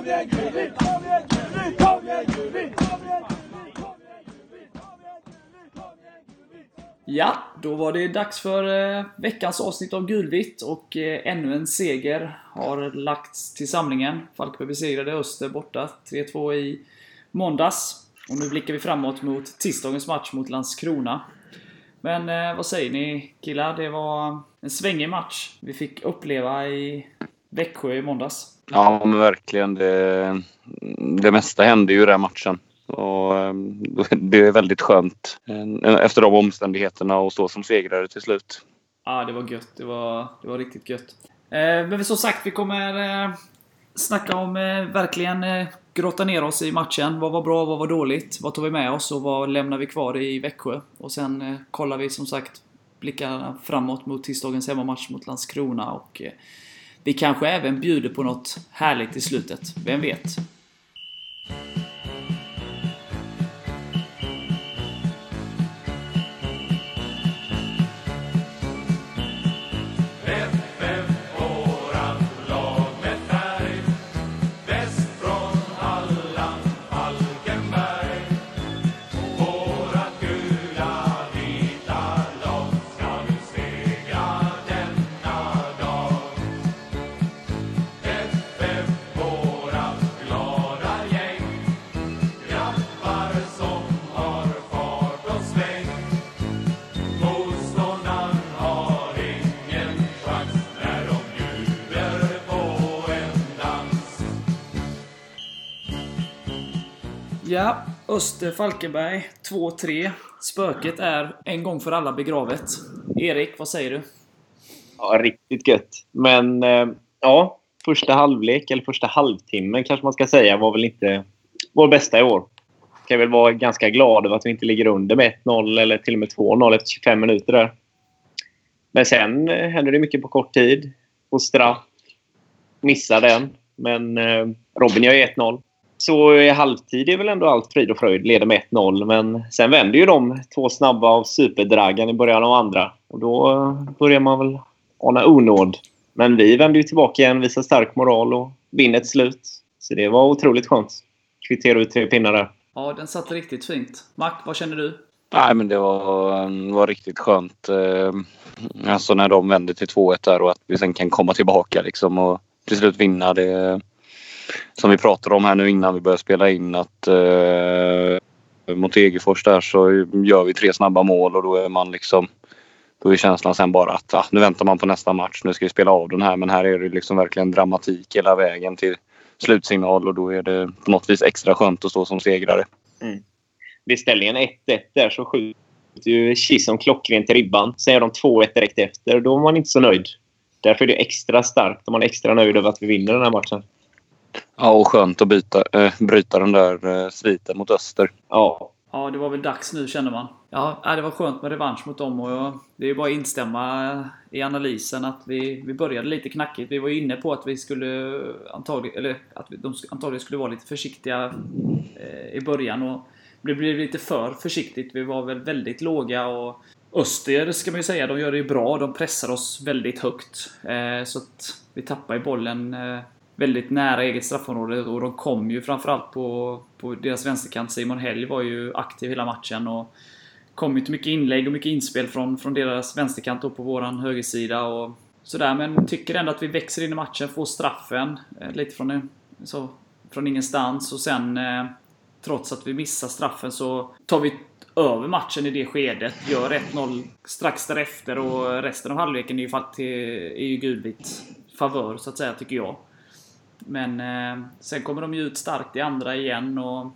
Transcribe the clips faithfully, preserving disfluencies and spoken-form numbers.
igen Gulvitt! Kom igen Gulvitt! Kom igen Gulvitt! Kom igen Gulvitt! Kom igen Gulvitt! Kom igen Gulvitt! Kom igen Gulvitt! Ja, då var det dags för eh, veckans avsnitt av Gulvitt och eh, ännu en seger har lagts till samlingen. Falkenberg besegrade Öster borta tre två i måndags. Och nu blickar vi framåt mot tisdagens match mot Landskrona. Men eh, vad säger ni killar? Det var en svängig match vi fick uppleva i Växjö i måndags. Ja, men verkligen. Det, det mesta hände ju i den matchen. Och det är väldigt skönt efter de omständigheterna och stå som segrare till slut. Ja, det var gött. Det var, det var riktigt gött. Eh, men som sagt, vi kommer eh, snacka om eh, verkligen eh, grotta ner oss i matchen. Vad var bra, vad var dåligt? Vad tar vi med oss och vad lämnar vi kvar i Växjö? Och sen eh, kollar vi som sagt blickarna framåt mot tisdagens hemmamatch mot Landskrona. Och eh, vi kanske även bjuder på något härligt i slutet. Vem vet? Ja, Öster Falkenberg två tre. Spöket är en gång för alla begravet. Erik, vad säger du? Ja, riktigt gött. Men eh, ja, första halvlek eller första halvtimmen kanske man ska säga var väl inte vår bästa i år. Jag kan väl vara ganska glad över att vi inte ligger under med ett noll eller till och med två noll efter tjugofem minuter där. Men sen eh, händer det mycket på kort tid. Och straff. Missar den. Men eh, Robin gör ett noll. Så i halvtid är väl ändå allt frid och fröjd, leder med ett noll. Men sen vänder ju de två snabba av superdragen i början av andra. Och då börjar man väl ana onåd. Men vi vänder ju tillbaka igen, visar stark moral och vinner ett slut. Så det var otroligt skönt. Kvittera ut tre pinnar där. Ja, den satt riktigt fint. Mac, vad känner du? Nej, men det var, var riktigt skönt. Alltså när de vände till två ett där och att vi sen kan komma tillbaka liksom och till slut vinna det. Som vi pratade om här nu innan vi började spela in att eh, mot Egefors där så gör vi tre snabba mål och då är man liksom då är känslan sen bara att ah, nu väntar man på nästa match, nu ska vi spela av den här, men här är det liksom verkligen dramatik hela vägen till slutsignal och då är det på något vis extra skönt att stå som segrare. Mm. Vid ställningen ett ett där så skjuter ju Kisson klockrent till ribban, sen är de två ett direkt efter, då är man inte så nöjd. Därför är det extra starkt och man är extra nöjd över att vi vinner den här matchen. Ja, och skönt att byta, äh, bryta den där äh, sviten mot Öster. Ja. Ja, det var väl dags nu känner man. Ja, det var skönt med revansch mot dem och jag, det är bara att instämma i analysen att vi, vi började lite knackigt. Vi var inne på att vi skulle antagligen, eller att vi, de antagligen skulle vara lite försiktiga eh, i början och det blev lite för försiktigt. Vi var väl väldigt låga och Öster ska man ju säga, de gör det ju bra. De pressar oss väldigt högt eh, så att vi tappar i bollen eh, väldigt nära eget straffområde och de kom ju framförallt på, på deras vänsterkant. Simon Helg var ju aktiv hela matchen och kom ju till mycket inlägg och mycket inspel från, från deras vänsterkant och på våran högersida och sådär. Men tycker ändå att vi växer in i matchen, får straffen eh, lite från, en, så, från ingenstans och sen eh, trots att vi missar straffen så tar vi över matchen i det skedet, gör ett noll strax därefter och resten av halvleken är ju faktiskt är ju Gulvitt favör så att säga tycker jag. Men eh, sen kommer de ju ut starkt i andra igen och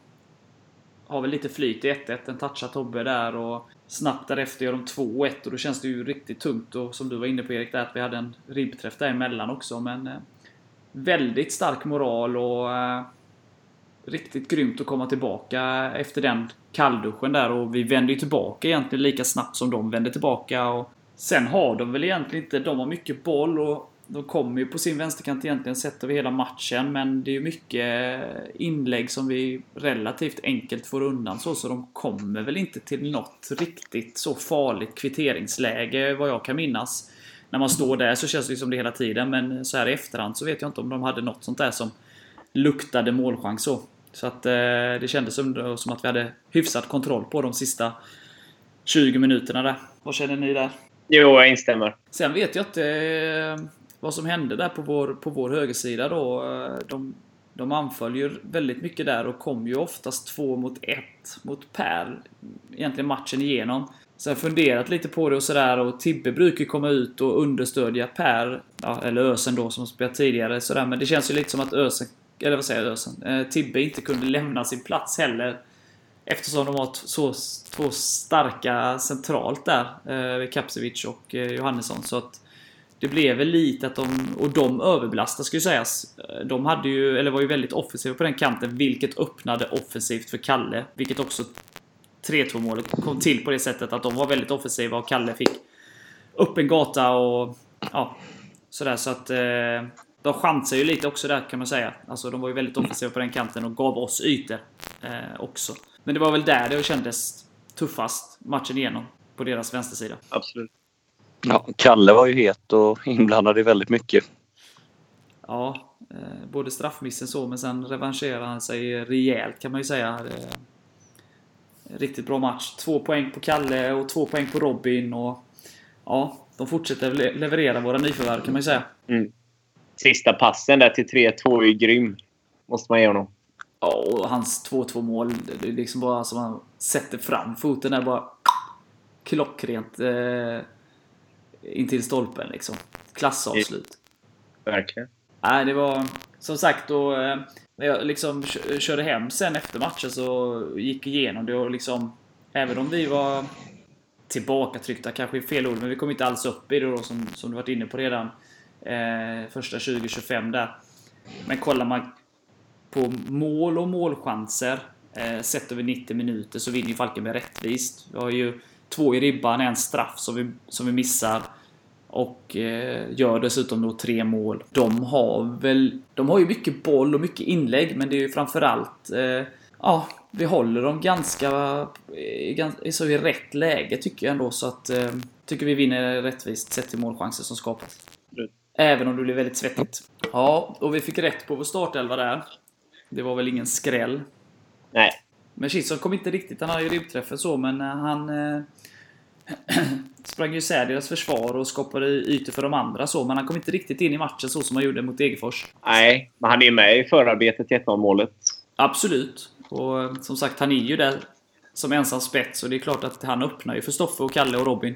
har väl lite flyt i ett ett. En touchar Tobbe där och snabbt därefter gör de två ett och då känns det ju riktigt tungt och som du var inne på Erik där att vi hade en ribbträff där emellan också. Men eh, väldigt stark moral och eh, riktigt grymt att komma tillbaka efter den kallduschen där och vi vänder ju tillbaka egentligen lika snabbt som de vänder tillbaka och sen har de väl egentligen inte, de har mycket boll och de kommer ju på sin vänsterkant egentligen sett över hela matchen men det är ju mycket inlägg som vi relativt enkelt får undan så, så de kommer väl inte till något riktigt så farligt kvitteringsläge vad jag kan minnas. När man står där så känns det som det hela tiden men så här i efterhand så vet jag inte om de hade något sånt där som luktade målchans så. Så att eh, det kändes som, som att vi hade hyfsat kontroll på de sista tjugo minuterna där. Vad känner ni där? Jo, jag instämmer. Sen vet jag inte eh, vad som hände där på vår, på vår högersida då. De, de anföll ju väldigt mycket där och kom ju oftast två mot ett mot Per. Egentligen matchen igenom. Så jag har funderat lite på det och sådär. Och Tibbe brukar komma ut och understödja Per. Ja, eller Ösen då som spelat tidigare. Sådär. Men det känns ju lite som att Ösen, eller vad säger jag, Ösen? Eh, Tibbe inte kunde lämna sin plats heller. Eftersom de var så två starka centralt där. Eh, Kapsevic och eh, Johannesson. Så att det blev väl lite att de, och de överbelastade skulle sägas. De hade ju, eller var ju väldigt offensiva på den kanten, vilket öppnade offensivt för Kalle. Vilket också tre två målet kom till på det sättet att de var väldigt offensiva och Kalle fick upp en gata och ja, sådär. Så att eh, de chansade ju lite också där kan man säga. Alltså de var ju väldigt offensiva på den kanten och gav oss ytor eh, också. Men det var väl där det kändes tuffast matchen igenom på deras vänstersida. Absolut. Ja, Kalle var ju het och inblandad i väldigt mycket. Ja, eh, både straffmissen så, men sen revanscherar han sig rejält kan man ju säga. Eh, riktigt bra match. Två poäng på Kalle och två poäng på Robin. Och ja, de fortsätter le- leverera våra nyförvärv kan man ju säga. Mm. Sista passen där till tre två är grym. Måste man ge honom. Ja, och hans två två mål, det är liksom bara som han sätter fram foten där bara klockrent eh, in till stolpen liksom. Klassavslut. Verkligen. Nej, det var som sagt då eh, när jag liksom körde hem sen efter matchen så gick igenom det och liksom även om vi var tillbakatryckta kanske i fel ord, men vi kom inte alls upp i det då som, som du varit inne på redan eh, första tjugo tjugofem där. Men kollar man på mål och målchanser eh, sett över nittio minuter så vinner ju Falkenberg rättvist. Vi har ju två i ribban, en straff som vi, som vi missar och eh, gör dessutom då tre mål. De har väl de har ju mycket boll och mycket inlägg, men det är ju framförallt eh, ja, vi håller dem ganska i, ganska, så i rätt läge tycker jag ändå, så att eh, tycker vi vinner rättvist sett till målchanser som skapas. Mm. Även om det blir väldigt svettigt. Ja, och vi fick rätt på vår startelva där. Det var väl ingen skräll. Nej. Men Kitson kom inte riktigt, han hade ju ribbträffen så, men han eh, sprang ju isär deras försvar och skapade ytor för de andra så, men han kom inte riktigt in i matchen så som han gjorde mot Degerfors. Nej, men han är med i förarbetet till ett noll-målet. Absolut. Och eh, som sagt, han är ju där som ensam spets och det är klart att han öppnar ju för Stoffe och Kalle och Robin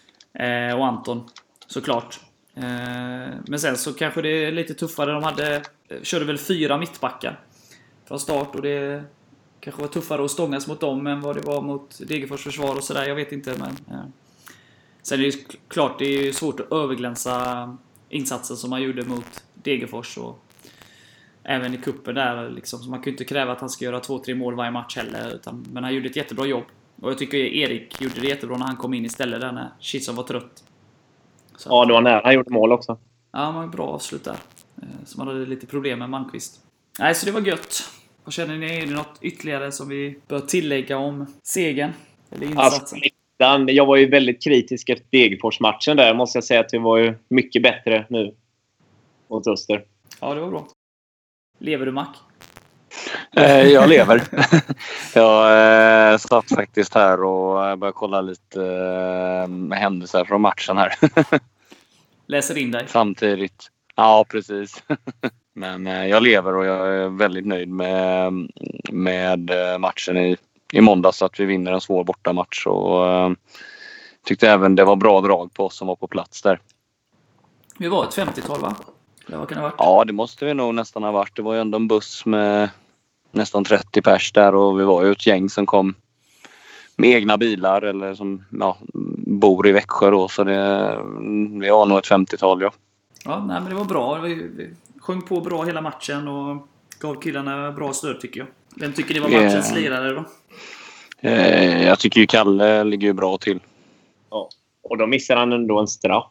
eh, och Anton, såklart. Eh, men sen så kanske det är lite tuffare. De hade körde väl fyra mittbackar från start och det kanske var tuffare att stångas mot dem än vad det var mot Degerfors försvar och sådär, jag vet inte, men eh. Sen är det ju klart, det är ju svårt att överglänsa insatsen som man gjorde mot Degerfors och även i kuppen där liksom, så man kan ju inte kräva att han ska göra två tre mål varje match heller, utan, men han gjorde ett jättebra jobb och jag tycker Erik gjorde det jättebra när han kom in istället där när Kitson var trött. Så. Ja, det var nära. Han gjorde mål också. Ja, men bra avslut där. Så man hade lite problem med Malmqvist. Nej, så det var gött. Vad känner ni? Är det något ytterligare som vi bör tillägga om segern? Eller insatsen? Alltså, jag var ju väldigt kritisk efter Degerfors-matchen där. Måste jag säga att vi var ju mycket bättre nu mot Öster. Ja, det var bra. Lever du, Mac? Eh, jag lever. jag eh, satt faktiskt här och började kolla lite eh, händelser från matchen här. Läser in dig. Samtidigt. Ja, precis. Men eh, jag lever och jag är väldigt nöjd med, med matchen i, i måndag, så att vi vinner en svår bortamatch. Och eh, tyckte även det var bra drag på oss som var på plats där. Vi var ett femtiotal, va? Eller vad kan det ha varit? Ja, det måste vi nog nästan ha varit. Det var ju ändå en buss med nästan trettio pers där och vi var ju ett gäng som kom med egna bilar eller som ja, bor i Växjö då, så det, vi har nog ett femtiotal, ja. Ja, nej, men det var bra. Vi, vi sjöng på bra hela matchen och gav killarna bra stöd tycker jag. Vem tycker det var matchens yeah. lirare då? Eh, jag tycker ju Kalle ligger ju bra till. Ja, och då missar han ändå en straff.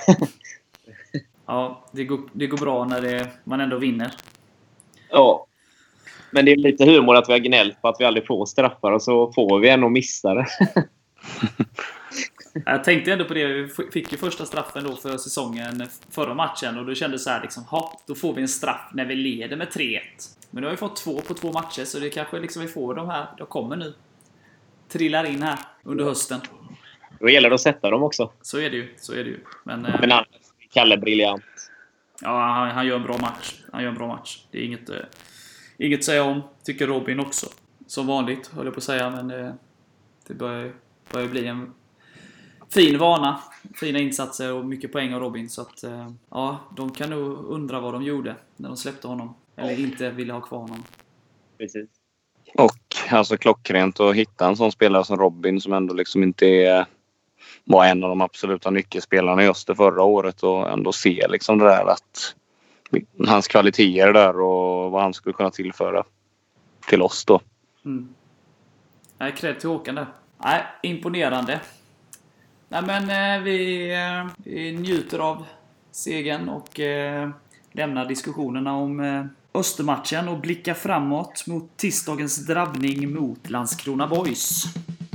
Ja, det går, det går bra när det, man ändå vinner. Ja. Men det är lite humor att vi har gnällt på att vi aldrig får straffar och så får vi en och missar det. Jag tänkte ändå på det. Vi fick ju första straffen då för säsongen förra matchen. Och då kände så här liksom, ha, då får vi en straff när vi leder med tre ett. Men nu har vi fått två på två matcher. Så det kanske liksom vi får de här. De kommer nu. Trillar in här under hösten. Då gäller det att sätta dem också. Så är det ju. Så är det ju. Men, Men annars är Kalle briljant. Ja, han, han gör en bra match. Han gör en bra match. Det är inget, eh, inget att säga om. Tycker Robin också. Som vanligt, höll jag på att säga. Men eh, det börjar, börjar bli en fin vana. Fina insatser och mycket poäng av Robin. Så att, eh, ja, de kan nog undra vad de gjorde när de släppte honom. Eller inte ville ha kvar honom. Precis. Och alltså klockrent att hitta en sån spelare som Robin som ändå liksom inte är, var en av de absoluta nyckelspelarna i Öster förra året och ändå se liksom det där att hans kvaliteter där och vad han skulle kunna tillföra till oss då. Mm. Nej, cred till Håkan där. Nej, imponerande. Nej, men eh, vi, eh, vi njuter av segern och eh, lämnar diskussionerna om eh, Östermatchen och blickar framåt mot tisdagens drabbning mot Landskrona Boys.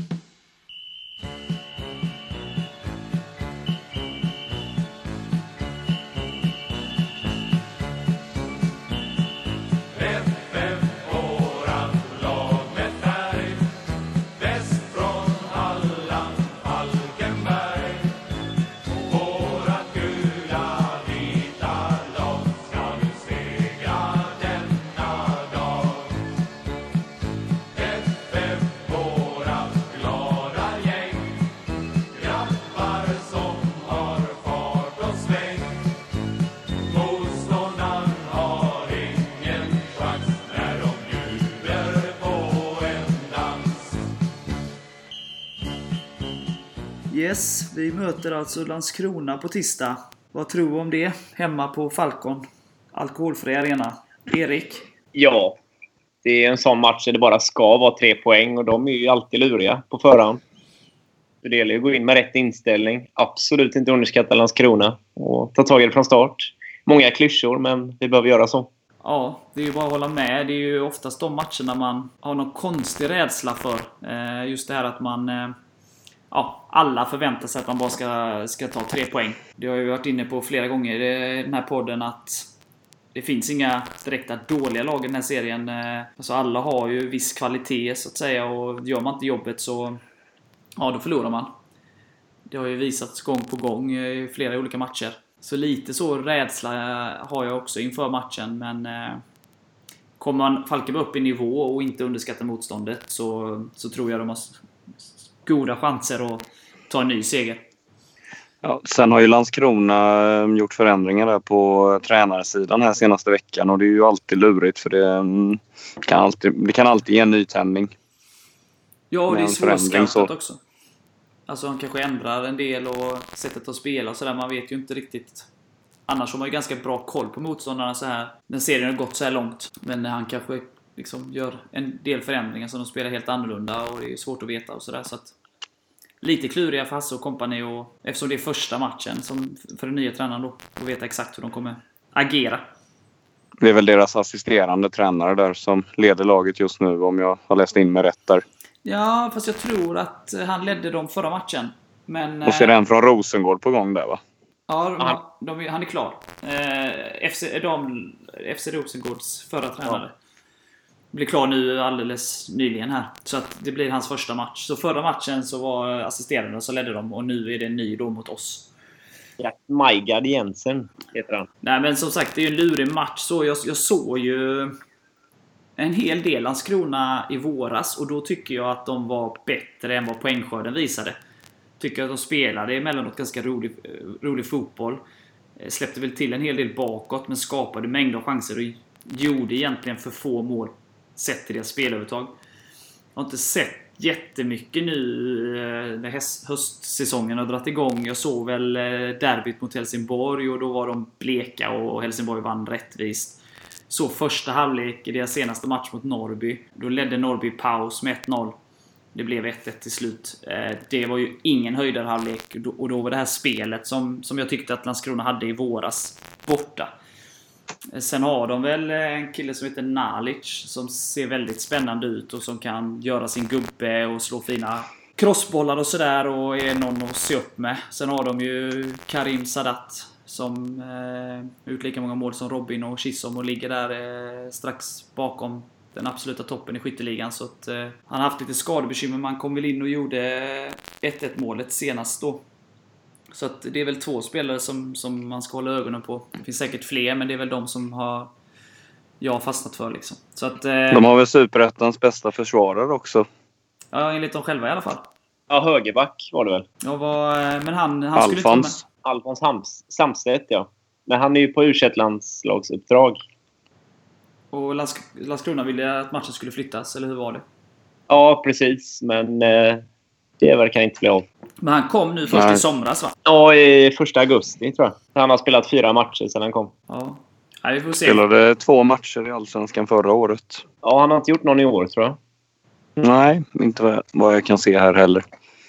Yes, vi möter alltså Landskrona på tisdag. Vad tror du om det? Hemma på Falcon. Alkoholfri arena. Erik? Ja, det är en sån match där det bara ska vara tre poäng. Och de är ju alltid luriga på förhand. Det gäller att gå in med rätt inställning. Absolut inte underskatta Landskrona. Och ta tag i det från start. Många klyschor, men vi behöver göra så. Ja, det är ju bara att hålla med. Det är ju oftast de matcherna man har någon konstig rädsla för. Just det här att man... Ja, alla förväntar sig att man bara ska, ska ta tre poäng. Det har jag ju varit inne på flera gånger i den här podden att det finns inga direkta dåliga lag i den här serien. Alltså alla har ju viss kvalitet så att säga och gör man inte jobbet så ja, då förlorar man. Det har ju visats gång på gång i flera olika matcher. Så lite så rädsla har jag också inför matchen, men kommer man Falkenberg upp i nivå och inte underskatta motståndet så, så tror jag de har goda chanser att ta en ny seger. Ja, sen har ju Landskrona gjort förändringar där på tränarsidan här senaste veckan och det är ju alltid lurigt för det kan alltid, det kan alltid ge en nytändning. Ja, och det är svårskattat också. Alltså han kanske ändrar en del och sättet att spela och sådär, man vet ju inte riktigt. Annars har man ju ganska bra koll på motståndarna så här när serien har gått så här långt. Men han kanske liksom gör en del förändringar som de spelar helt annorlunda och det är svårt att veta och sådär. Så att lite kluriga för Hasse och kompani och eftersom det är första matchen som för den nya tränaren då och veta exakt hur de kommer agera. Det är väl deras assisterande tränare där som leder laget just nu om jag har läst in mig rätt där. Ja, fast jag tror att han ledde dem förra matchen. Men, och så är det en från Rosengård på gång där va? Ja, de, de, han är klar. Eh, F C, de, F C Rosengårds förra tränare. Ja. Blir klar nu alldeles nyligen här. Så att det blir hans första match. Så förra matchen så var assisterande så ledde de. Och nu är det en ny då mot oss. Ja, Majgard Jensen heter han. Nej men som sagt det är ju en lurig match. Så jag, jag såg ju en hel del Landskrona i våras. Och då tycker jag att de var bättre än vad poängskörden visade. Tycker att de spelade emellanåt ganska rolig, rolig fotboll. Släppte väl till en hel del bakåt. Men skapade mängder av chanser. Och gjorde egentligen för få mål. Sett till deras spelövertag. Jag har inte sett jättemycket nu när höstsäsongen har dragit igång. Jag såg väl derbyt mot Helsingborg och då var de bleka och Helsingborg vann rättvist. Så första halvlek i deras senaste match mot Norrby. Då ledde Norrby paus med ett noll. Det blev ett ett till slut. Det var ju ingen höjdare halvlek och då var det här spelet som, som jag tyckte att Landskrona hade i våras borta. Sen har de väl en kille som heter Nalic som ser väldigt spännande ut och som kan göra sin gubbe och slå fina crossbollar och sådär och är någon att se upp med. Sen har de ju Karim Sadat som eh, ut lika många mål som Robin och Chisholm och ligger där eh, strax bakom den absoluta toppen i skytteligan. Så att, eh, han har haft lite skadebekymmer. Man kom väl in och gjorde ett ett målet senast då. Så att det är väl två spelare som, som man ska hålla ögonen på. Det finns säkert fler, men det är väl de som har jag har fastnat för liksom. Så att, eh, De har väl Superettans bästa försvarare också. Ja, enligt dem själva i alla fall. Ja, högerback var det väl. Ja, vad, men han, han skulle inte Alfons. med. Alfons Hams, Samstedt, ja. Men han är ju på U tjugoett-landslagsuppdrag. Och Lands- Landskrona ville att matchen skulle flyttas, eller hur var det? Ja, precis. Men eh, det verkar inte bli av. Men han kom nu först Nej. i somras, va? Ja, i första augusti tror jag. Han har spelat fyra matcher sedan han kom. Ja. Ja, vi får se. Spelade två matcher i Allsvenskan förra året. Ja, han har inte gjort någon i år tror jag. Nej, inte vad- vad jag kan se här heller.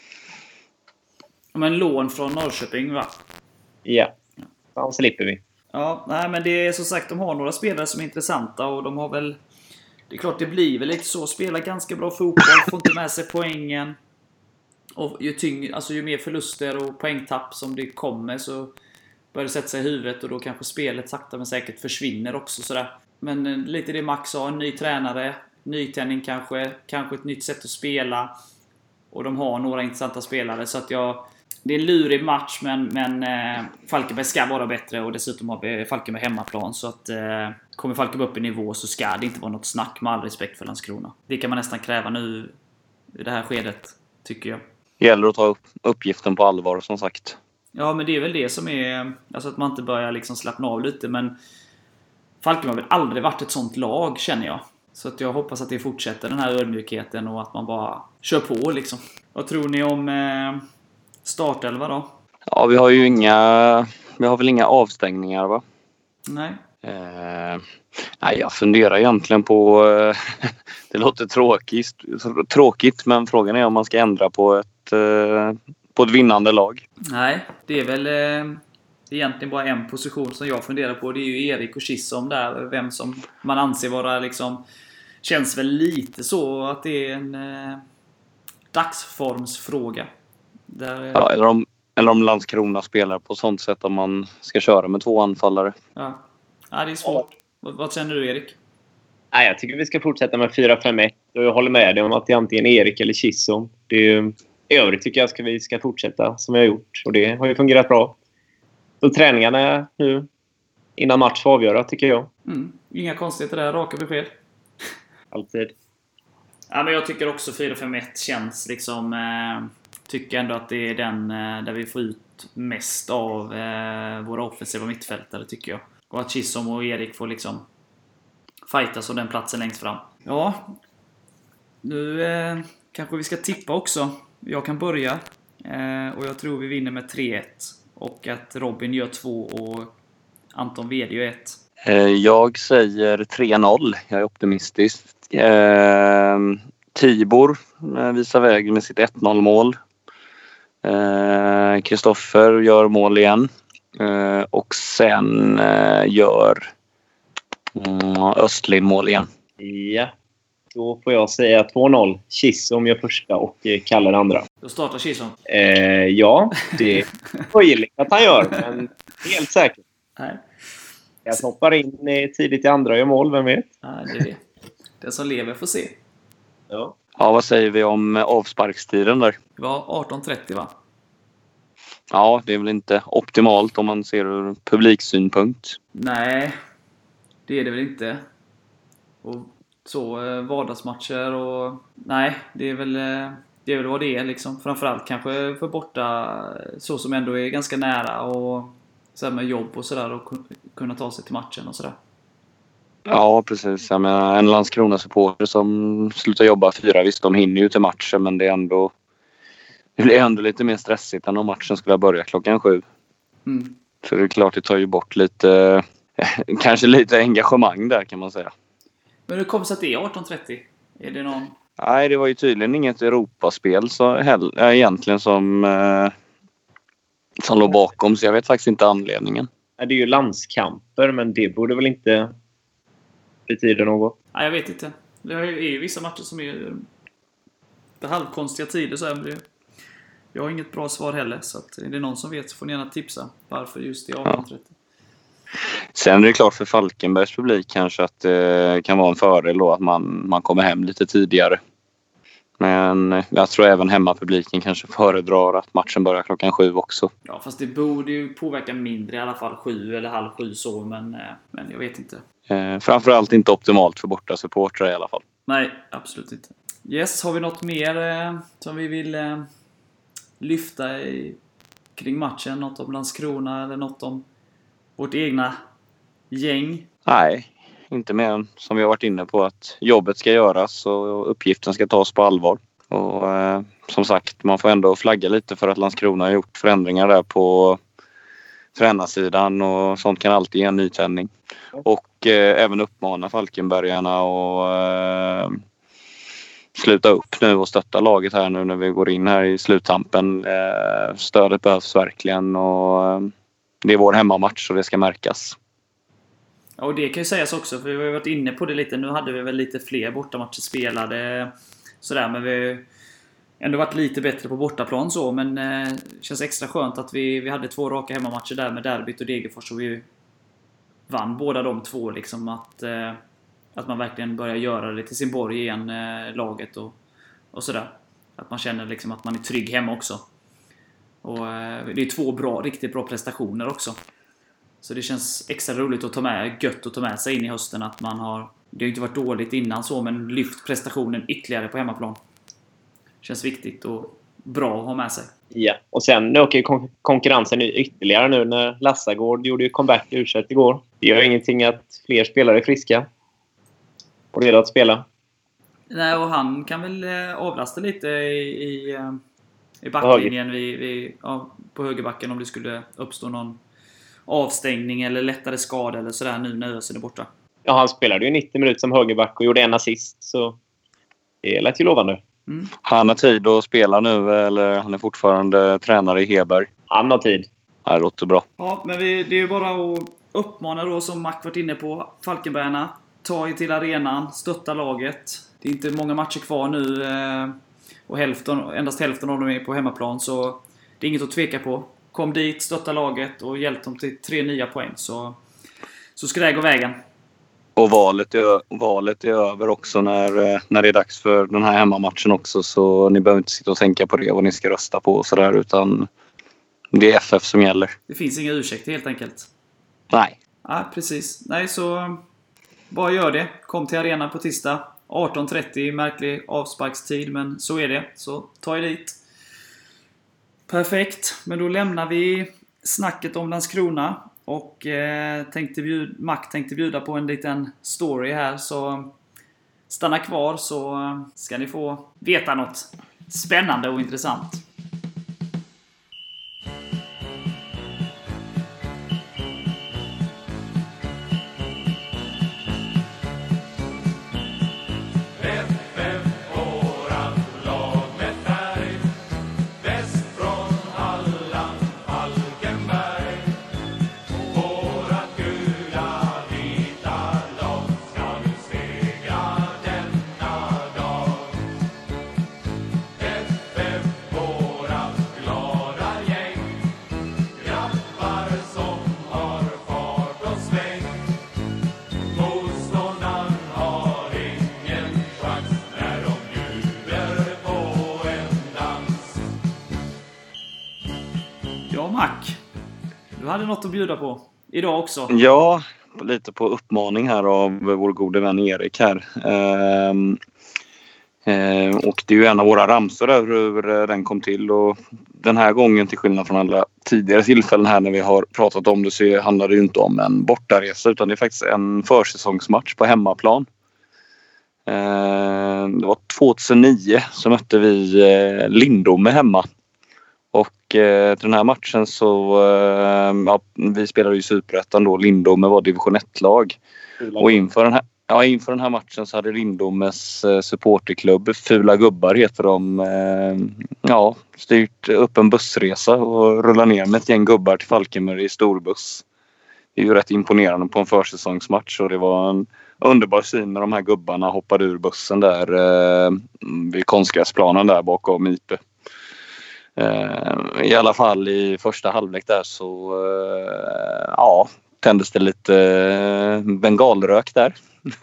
Men lån från Norrköping, va? Ja, han slipper vi. Ja, nej, men det är som sagt, de har några spelare som är intressanta och de har väl... Det är klart, det blir väl lite så. Spelar ganska bra fotboll, får inte med sig poängen. Och ju, tyngre, alltså ju mer förluster och poängtapp som det kommer så börjar det sätta sig i huvudet och då kanske spelet sakta men säkert försvinner också sådär. Men eh, lite det Max sa, en ny tränare, nytändning kanske, kanske ett nytt sätt att spela. Och de har några intressanta spelare så att jag... Det är en lurig match, men, men eh, Falkenberg ska vara bättre och dessutom har Falkenberg hemmaplan. Så att eh, kommer Falkenberg upp i nivå så ska det inte vara något snack, med all respekt för Landskrona. Det kan man nästan kräva nu i det här skedet, tycker jag. Det gäller att ta upp uppgiften på allvar, som sagt. Ja, men det är väl det som är... Alltså att man inte börjar liksom slappna av lite, men Falkenberg har väl aldrig varit ett sånt lag, känner jag. Så att jag hoppas att det fortsätter, den här ödmjukheten, och att man bara kör på liksom. Vad tror ni om... Eh, startelva då? Ja, vi har ju inga... Vi har väl inga avstängningar, va? Nej. Eh, nej, jag funderar egentligen på... Eh, det låter tråkigt, tråkigt, men frågan är om man ska ändra på ett, eh, på ett vinnande lag. Nej, det är väl eh, egentligen bara en position som jag funderar på. Det är ju Erik och Chisholm där. Vem som man anser vara liksom... Känns väl lite så att det är en eh, dagsformsfråga. Där, eh, Ja, eller, om, eller om Landskrona spelar på sånt sätt om man ska köra med två anfallare. ja. ja, det är svårt. Vad, vad känner du, Erik? Nej, jag tycker vi ska fortsätta med fyra fem ett. Och jag håller med dig om att det är antingen Erik eller Chisholm. Det är ju, i övrigt tycker jag att vi ska fortsätta som vi har gjort. Och det har ju fungerat bra. Så träningarna nu innan match får avgöra, tycker jag. Mm. Inga konstigheter där, raka besked. Alltid. Ja, men jag tycker också fyra fem ett känns liksom... Eh, tycker ändå att det är den eh, där vi får ut mest av eh, våra offensiva mittfältare, tycker jag. Och att Chisholm och Erik får liksom fightas om den platsen längst fram. Ja, nu eh, kanske vi ska tippa också. Jag kan börja. Eh, och jag tror vi vinner med tre ett. Och att Robin gör två och Anton Wede gör ett. Eh, jag säger tre noll. Jag är optimistisk. Eh, Tibor eh, visar väg med sitt ett noll mål. Kristoffer eh, gör mål igen. Eh, och sen eh, gör mm, Östlind mål igen. Ja. Då får jag säga två noll. Chisholm gör första och eh, Kalle andra. Då startar Chisholm. Eh, ja, det är möjligt att han gör. Men helt säkert. Nej. Jag hoppar in eh, tidigt i andra och gör mål, vem vet? Nej, det är det. Den som lever får se. Ja. Ja, vad säger vi om avsparkstiden där? Det var arton trettio, va? Ja, det är väl inte optimalt om man ser ur publiksynpunkt. Nej, det är det väl inte. Och så eh, vardagsmatcher och... Nej, det är väl, eh, det är väl vad det är liksom. Framförallt kanske för borta, så som ändå är ganska nära och så här med jobb och sådär, och kun- kunna ta sig till matchen och sådär. Ja, precis. Jag menar, en Landskrona-supporter som slutar jobba fyra, visst, de hinner ju till matchen, men det är ändå... Det blir ändå lite mer stressigt än om matchen skulle börja klockan sju. Mm. För det är klart, det tar ju bort lite... kanske lite engagemang där, kan man säga. Men hur kommer det sig att det är arton trettio? Är det någon... Nej, det var ju tydligen inget Europaspel så heller, äh, egentligen som, äh, som låg bakom. Så jag vet faktiskt inte anledningen. Ja, det är ju landskamper, men det borde väl inte betyda något. Nej, jag vet inte. Det är ju vissa matcher som är det halvkonstiga tider så här, men det Jag har inget bra svar heller, så att är det någon som vet så får ni gärna tipsa varför just det arton trettio. Sen är det klart för Falkenbergs publik kanske att det kan vara en fördel då att man, man kommer hem lite tidigare. Men jag tror även hemmapubliken kanske föredrar att matchen börjar klockan sju också. Ja, fast det borde ju påverka mindre i alla fall, sju eller halv sju så, men, men jag vet inte. Eh, framförallt inte optimalt för borta supportrar i alla fall. Nej, absolut inte. Yes, har vi något mer eh, som vi vill eh, lyfta i, kring matchen? Något om Landskrona eller något om vårt egna gäng? Nej, inte mer än som vi har varit inne på att jobbet ska göras och uppgiften ska tas på allvar. Och eh, som sagt, man får ändå flagga lite för att Landskrona har gjort förändringar där på tränarsidan och sånt kan alltid ge en nytändning. Och eh, även uppmana Falkenbergarna och eh, sluta upp nu och stötta laget här nu när vi går in här i sluttampen. Eh, stödet behövs verkligen och eh, det är vår hemmamatch och det ska märkas. Ja, och det kan ju sägas också, för vi har varit inne på det lite. Nu hade vi väl lite fler bortamatcher spelade sådär, men vi har ändå varit lite bättre på bortaplan så. Men det eh, känns extra skönt att vi, vi hade två raka hemmamatcher där med Derbyt och Degerfors och vi vann båda de två liksom. Att, eh, att man verkligen börjar göra det till sin borg igen, eh, laget och, och sådär. Att man känner liksom att man är trygg hemma också. Och eh, det är två bra, riktigt bra prestationer också. Så det känns extra roligt att ta med, gött att ta med sig in i hösten att man har, det har inte varit dåligt innan så, men lyft prestationen ytterligare på hemmaplan. Känns viktigt och bra att ha med sig. Ja, och sen ökar ju kon- konkurrensen ytterligare nu när Lassagård gjorde ju comeback i U tjugoett igår. Det gör ingenting att fler spelare är friska och redo att spela. Nej, och han kan väl avlasta lite i, i, i backlinjen vid, vid, ja, på högerbacken om det skulle uppstå någon avstängning eller lättare skada eller sådär nu när Ösen är borta. Ja, han spelade ju nittio minuter som högerback och gjorde en assist, så det lät ju lovande. Mm. Han har tid att spela nu eller han är fortfarande tränare i Heberg? Han har tid. Ja, det låter bra. Ja, men vi, det är ju bara att uppmana då, som Mac varit inne på, Falkenbergarna. Ta er till arenan, stötta laget. Det är inte många matcher kvar nu eh, och hälften, endast hälften av dem är på hemmaplan, så det är inget att tveka på. Kom dit, stötta laget och hjälp dem till tre nya poäng, så, så ska det gå vägen. Och valet är, valet är över också när, när det är dags för den här hemmamatchen också, så ni behöver inte sitta och tänka på det vad ni ska rösta på och sådär, utan det är F F som gäller. Det finns inga ursäkter helt enkelt. Nej. Ja, precis. Nej, så bara gör det. Kom till arenan på tisdag. arton trettio, märklig avsparkstid, men så är det. Så ta er dit. Perfekt. Men då lämnar vi snacket om Landskrona. Och eh, tänkte bjud, Mac tänkte bjuda på en liten story här. Så stanna kvar så ska ni få veta något spännande och intressant. Du hade något att bjuda på idag också. Ja, lite på uppmaning här av vår gode vän Erik här. Ehm, ehm, och det är ju en av våra ramsor där hur den kom till. Och den här gången, till skillnad från alla tidigare tillfällen här när vi har pratat om det, så handlar det ju inte om en bortaresa, utan det är faktiskt en försäsongsmatch på hemmaplan. Ehm, det var tjugohundranio så mötte vi Lindome hemma. Och eh, till den här matchen så, eh, ja, vi spelade ju Superettan då, Lindome var division ett-lag. Och inför den, här, ja, inför den här matchen så hade Lindomes eh, supporterklubb, Fula Gubbar heter de, eh, ja, styrt upp en bussresa och rullat ner med ett gäng gubbar till Falkenberg i storbuss. Det är ju rätt imponerande på en försäsongsmatch, och det var en underbar syn när de här gubbarna hoppade ur bussen där eh, vid konstgräsplanen där bakom I P. Eh, I alla fall i första halvlek där så eh, ja, tändes det lite eh, bengalrök där.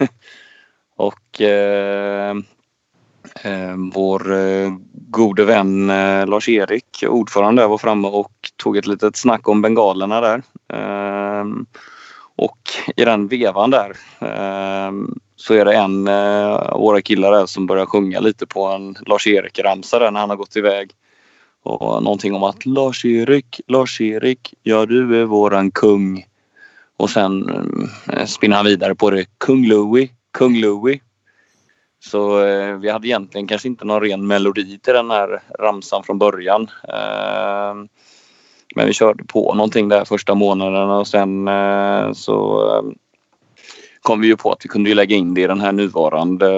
Och eh, eh, vår eh, gode vän eh, Lars-Erik, ordförande där, var framme och tog ett litet snack om bengalerna där. Eh, och i den vevan där eh, så är det en eh, av våra killar där som börjar sjunga lite på en Lars-Erik-ramsa där när han har gått iväg. Och någonting om att Lars-Erik, Lars-Erik, ja du är våran kung. Och sen eh, spinner han vidare på det. Kung Louis, Kung Louis. Så eh, vi hade egentligen kanske inte någon ren melodi till den här ramsan från början. Eh, men vi körde på någonting där första månaderna och sen eh, så eh, kom vi ju på att vi kunde ju lägga in det i den här nuvarande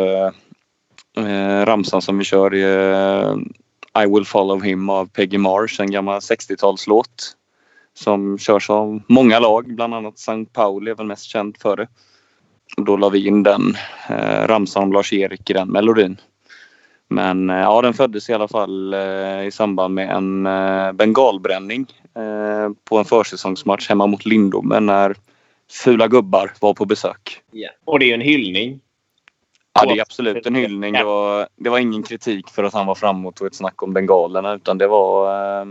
eh, ramsan som vi kör i eh, I Will Follow Him av Peggy Marsh, en gammal sextiotalslåt som körs av många lag, bland annat Sankt Pauli är väl mest känd för det. Och då la vi in den eh, ramsan om Lars-Erik i den melodin. Men eh, ja, den föddes i alla fall eh, i samband med en eh, bengalbränning eh, på en försäsongsmatch hemma mot Lindome när Fula Gubbar var på besök. Yeah. Och det är ju en hyllning. Ja, det är absolut en hyllning. Det var, det var ingen kritik för att han var framåt och ett snack om bengalerna, utan det var eh,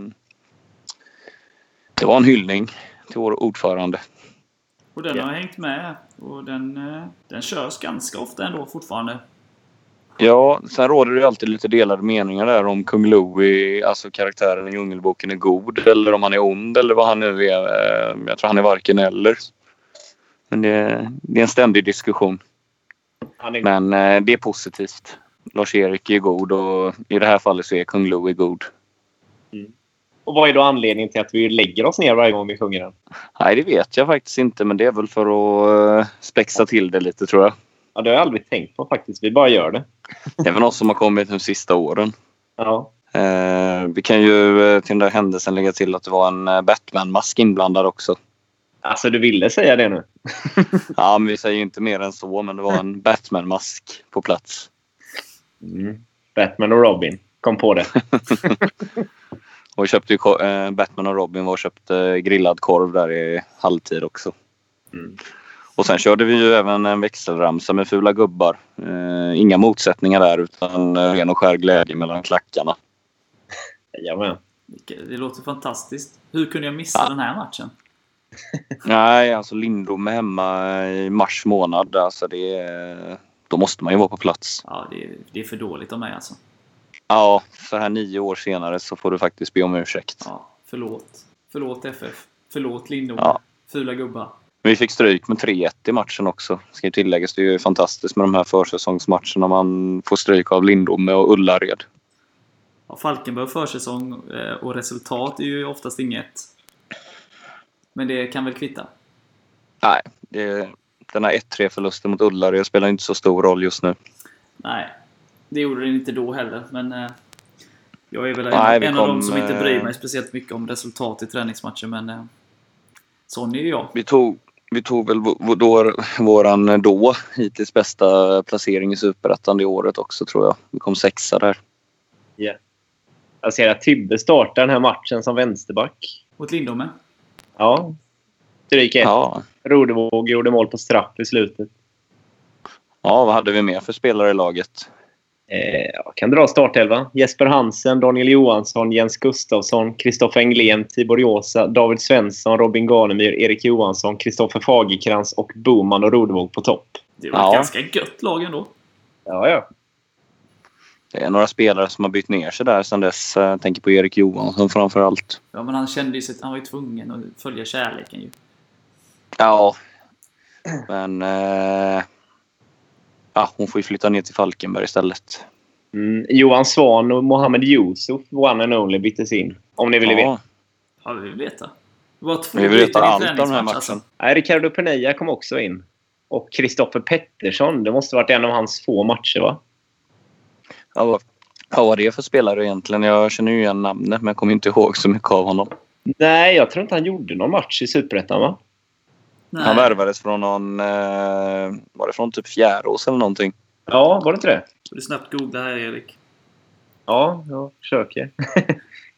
det var en hyllning till vår ordförande. Och den Ja. har hängt med. Och den, eh, den körs ganska ofta ändå fortfarande. Ja, sen råder det ju alltid lite delade meningar där om Kung Louis, alltså karaktären i Djungelboken, är god eller om han är ond eller vad han nu är. Eh, Jag tror han är varken eller. Men det, det är en ständig diskussion. Han är... Men eh, det är positivt. Lars-Erik är god och i det här fallet så är Kung Louis god. Mm. Och vad är då anledningen till att vi lägger oss ner varje gång vi sjunger den? Nej, det vet jag faktiskt inte, men det är väl för att uh, spexa till det lite, tror jag. Ja, det har jag aldrig tänkt på faktiskt. Vi bara gör det. Det är väl något som har kommit de sista åren. Ja. Uh, vi kan ju uh, till den där händelsen lägga till att det var en uh, Batman-mask inblandad också. Alltså, du ville säga det nu? Ja, men vi säger ju inte mer än så, men det var en Batman-mask på plats. Mm. Batman och Robin kom på det. Och vi köpte ju, uh, Batman och Robin var och köpte grillad korv där i halvtid också. Mm. Och sen körde vi ju även en växelramsa med Fula Gubbar. Uh, inga motsättningar där, utan uh, ren och skär glädje mellan klackarna. Jajamän. Det låter fantastiskt. Hur kunde jag missa Ja. den här matchen? Nej, alltså Lindome hemma i mars månad. Alltså det är, då måste man ju vara på plats. Ja, det är, det är för dåligt av mig alltså. Ja, så här nio år senare så får du faktiskt be om ursäkt. Ja, förlåt. Förlåt F F. Förlåt Lindome. Ja. Fula gubbar. Vi fick stryk med tre ett i matchen också. Ska ju tilläggas, det är ju fantastiskt med de här försäsongsmatcherna. Man får stryk av Lindome och Ullared. Ja, Falkenberg försäsong och resultat är ju oftast inget. Men det kan väl kvitta? Nej, det, den här ett tre förlusten mot Ullared spelar inte så stor roll just nu. Nej, det gjorde det inte då heller. Men eh, jag är väl Nej, en, vi en kom, av dem som inte bryr eh, mig speciellt mycket om resultat i träningsmatcher. Men eh, sån är ju jag. Vi tog, vi tog väl v- då, våran då hittills bästa placering i Superettan det året också, tror jag. Vi kom sexa där. Yeah. Jag ser att Tibbe startar den här matchen som vänsterback. Mot Lindome. Ja. Stryk ett. Ja. Rodevåg gjorde mål på straff i slutet. Ja, vad hade vi mer för spelare i laget? Eh, jag kan dra startelva. Jesper Hansen, Daniel Johansson, Jens Gustafsson, Kristoffer Englén, Tibor Josa, David Svensson, Robin Garnemyr, Erik Johansson, Kristoffer Fagerkrans och Boman och Rodevåg på topp. Det var Ja. ett ganska gött lag ändå. Ja, ja. Det är några spelare som har bytt ner sig där sedan dess. Jag tänker på Erik Johansson framför allt. Ja, men han kände ju sig, han var ju tvungen att följa kärleken ju. Ja, men eh, ja, hon får ju flytta ner till Falkenberg istället. Mm, Johan Svan och Mohamed Yusuf, one and only, byttes in. Om ni vill veta. Ja, Ja, vi vill veta. Det var två vi vill veta byten i allt om den här träningsmatch, matchen. alltså. Nej, Ricardo Penella kom också in. Och Kristoffer Pettersson. Det måste ha varit en av hans få matcher, va? Ja, vad, vad var det för spelare egentligen? Jag känner ju igen namnet, men jag kommer inte ihåg så mycket av honom. Nej, jag tror inte han gjorde någon match i Superettan, va? Nej. Han värvades från någon... Eh, var det från typ Fjärås eller någonting? Ja, var det inte det? Får du snabbt googla här, Erik. Ja, jag försöker.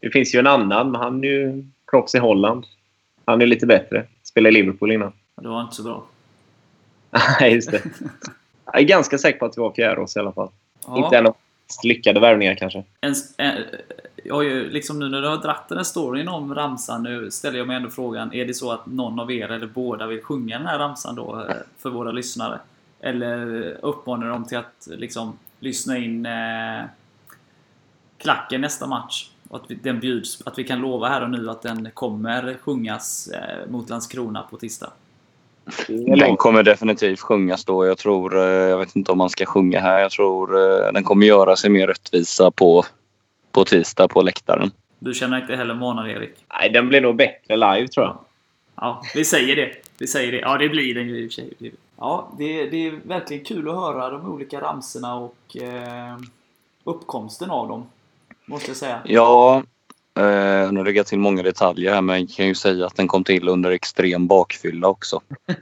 Det finns ju en annan, men han är ju proffs i Holland. Han är lite bättre. Spelar i Liverpool innan. Det var inte så bra. Nej, just det. Jag är ganska säker på att vi var Fjärås i alla fall. Ja. Inte en av de lyckade värvningar kanske. En, en, jag har ju liksom nu när du har dratt den här storyn om ramsan, nu ställer jag mig ändå frågan, är det så att någon av er eller båda vill sjunga den här ramsan då för våra lyssnare? Eller uppmanar dem till att liksom lyssna in eh, klacken nästa match? Och att vi, den bjuds, att vi kan lova här och nu att den kommer sjungas eh, mot Landskrona på tisdag. Den kommer definitivt sjungas då. Jag tror, jag vet inte om man ska sjunga här. Jag tror den kommer göra sig mer rättvisa på, på tisdag på läktaren. Du känner inte heller månad, Erik? Nej, den blir nog bättre live tror jag. Ja, vi säger det. Vi säger det. Ja, det blir den ju i och för sig. Ja, det, det är verkligen kul att höra de olika ramsorna och eh, uppkomsten av dem, måste jag säga. Ja, eh, nu lägger jag till många detaljer här, men jag kan ju säga att den kom till under extrem bakfylla också.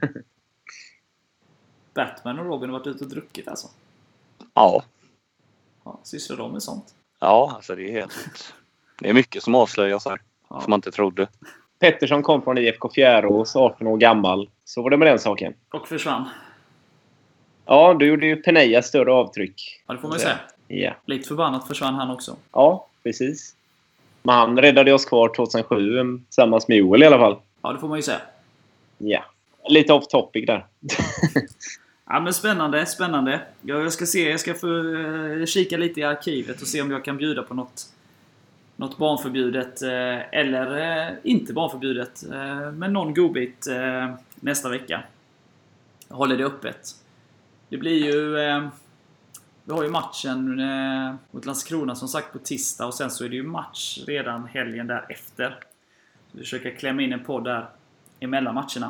Batman och Robin har varit ute och druckit alltså? Ja. Ja, sysslar de med sånt? Ja, alltså det är helt... Det är mycket som avslöjas här, Ja. som man inte trodde. Pettersson kom från I F K Fjärås, arton år gammal. Så var det med den saken. Och försvann. Ja, du gjorde ju Peneja större avtryck. Ja, det får man ju säga. Ja. Likt förbannat försvann han också. Ja, precis. Men han räddade oss kvar tjugohundrasju tillsammans med Joel i alla fall. Ja, det får man ju säga. Ja. Lite off topic där. Ja, men spännande, spännande. Jag ska se, jag ska få eh, kika lite i arkivet och se om jag kan bjuda på något något barnförbjudet eh, eller eh, inte barnförbjudet, eh, men någon godbit eh, nästa vecka. Jag håller det öppet. Det blir ju eh, vi har ju matchen eh, mot Landskrona som sagt på tisdag, och sen så är det ju match redan helgen därefter. Vi försöker klämma in en podd där emellan matcherna.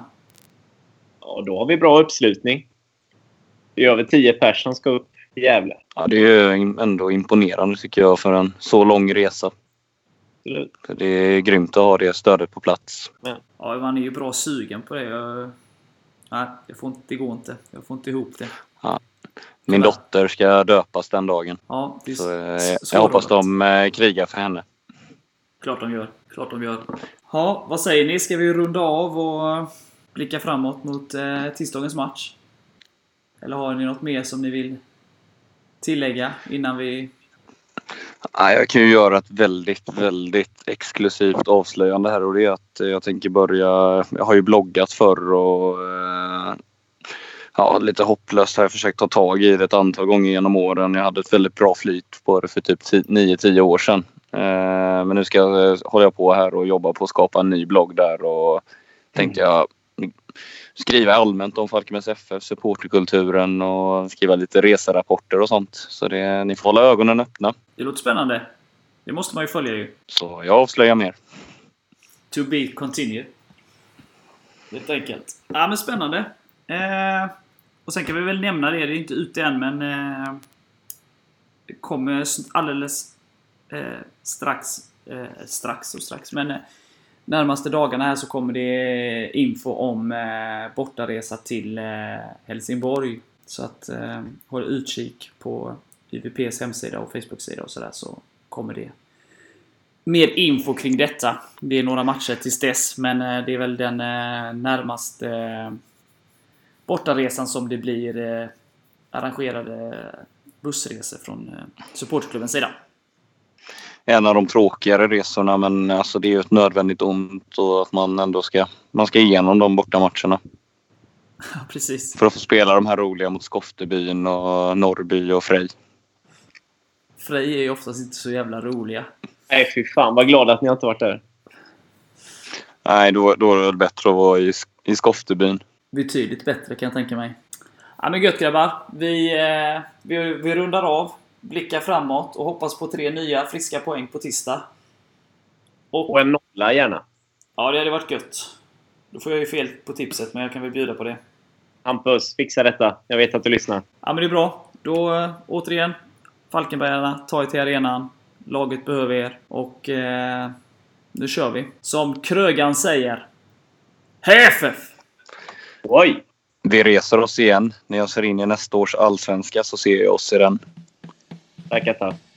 Ja, då har vi bra uppslutning. Det är över tio personer som ska upp i Gävle. Ja, det är ju ändå imponerande tycker jag för en så lång resa. Absolut. För det är grymt att ha det stödet på plats. Ja, man är ju bra sugen på det. Jag, nej, jag får inte, det går inte. Jag får inte ihop det. Ja. Min Tyvärr. dotter ska döpas den dagen. Ja, det är Så eh, s- jag hoppas svårlovat. de eh, krigar för henne. Klart de gör. Klart de gör. Ja, vad säger ni? Ska vi runda av och blicka framåt mot eh, tisdagens match? Eller har ni något mer som ni vill tillägga innan vi... Ja, jag kan ju göra ett väldigt, väldigt exklusivt avslöjande här, och det är att jag tänker börja... Jag har ju bloggat förr och eh, ja, lite hopplöst har jag försökt ta tag i det ett antal gånger genom åren. Jag hade ett väldigt bra flyt på det för typ nio tio år sedan. Eh, men nu ska jag, håller jag på här och jobba på att skapa en ny blogg där, och tänkte jag skriva allmänt om Falkenbergs F F, supporterkulturen och skriva lite reserapporter och sånt. Så det, ni får hålla ögonen öppna. Det låter spännande. Det måste man ju följa ju. Så jag avslöjar mer. To be continued. Helt enkelt. Ja, men spännande. Eh, och sen kan vi väl nämna det. Det är inte ute än, men eh, det kommer alldeles eh, strax. Eh, strax och strax. Men eh, närmaste dagarna här så kommer det info om eh, bortaresa till eh, Helsingborg. Så att eh, håll utkik på Y V P:s hemsida och Facebook-sida och sådär, så kommer det mer info kring detta. Det är några matcher tills dess, men eh, det är väl den eh, närmaste eh, bortaresan som det blir eh, arrangerade bussresor från eh, supportklubbens sida. En av de tråkigare resorna, men alltså det är ju ett nödvändigt ont, och att man ändå ska, man ska igenom de bortamatcherna. Ja, precis. För att få spela de här roliga mot Skoftebyn och Norrby och Frej. Frej är ju oftast inte så jävla roliga. Nej, fy fan. Vad glad att ni inte varit där. Nej, då, då är det väl bättre att vara i, i Skoftebyn. Betydligt bättre kan jag tänka mig. Ja, men gött grabbar. Vi, eh, vi, vi rundar av. Blickar framåt och hoppas på tre nya friska poäng på tisdag. Och, Och en nolla gärna. ja, det hade varit gött. Då får jag ju fel på tipset, men jag kan väl bjuda på det. Hampus, fixa detta. Jag vet att du lyssnar. Ja, men det är bra. Då äh, återigen, Falkenbergarna, ta er till arenan. Laget behöver er. Och eh, nu kör vi. Som Krögan säger. Hej F F! Oj! Vi reser oss igen. När jag ser in i nästa års allsvenska så ser jag oss i den. Tackar, tack.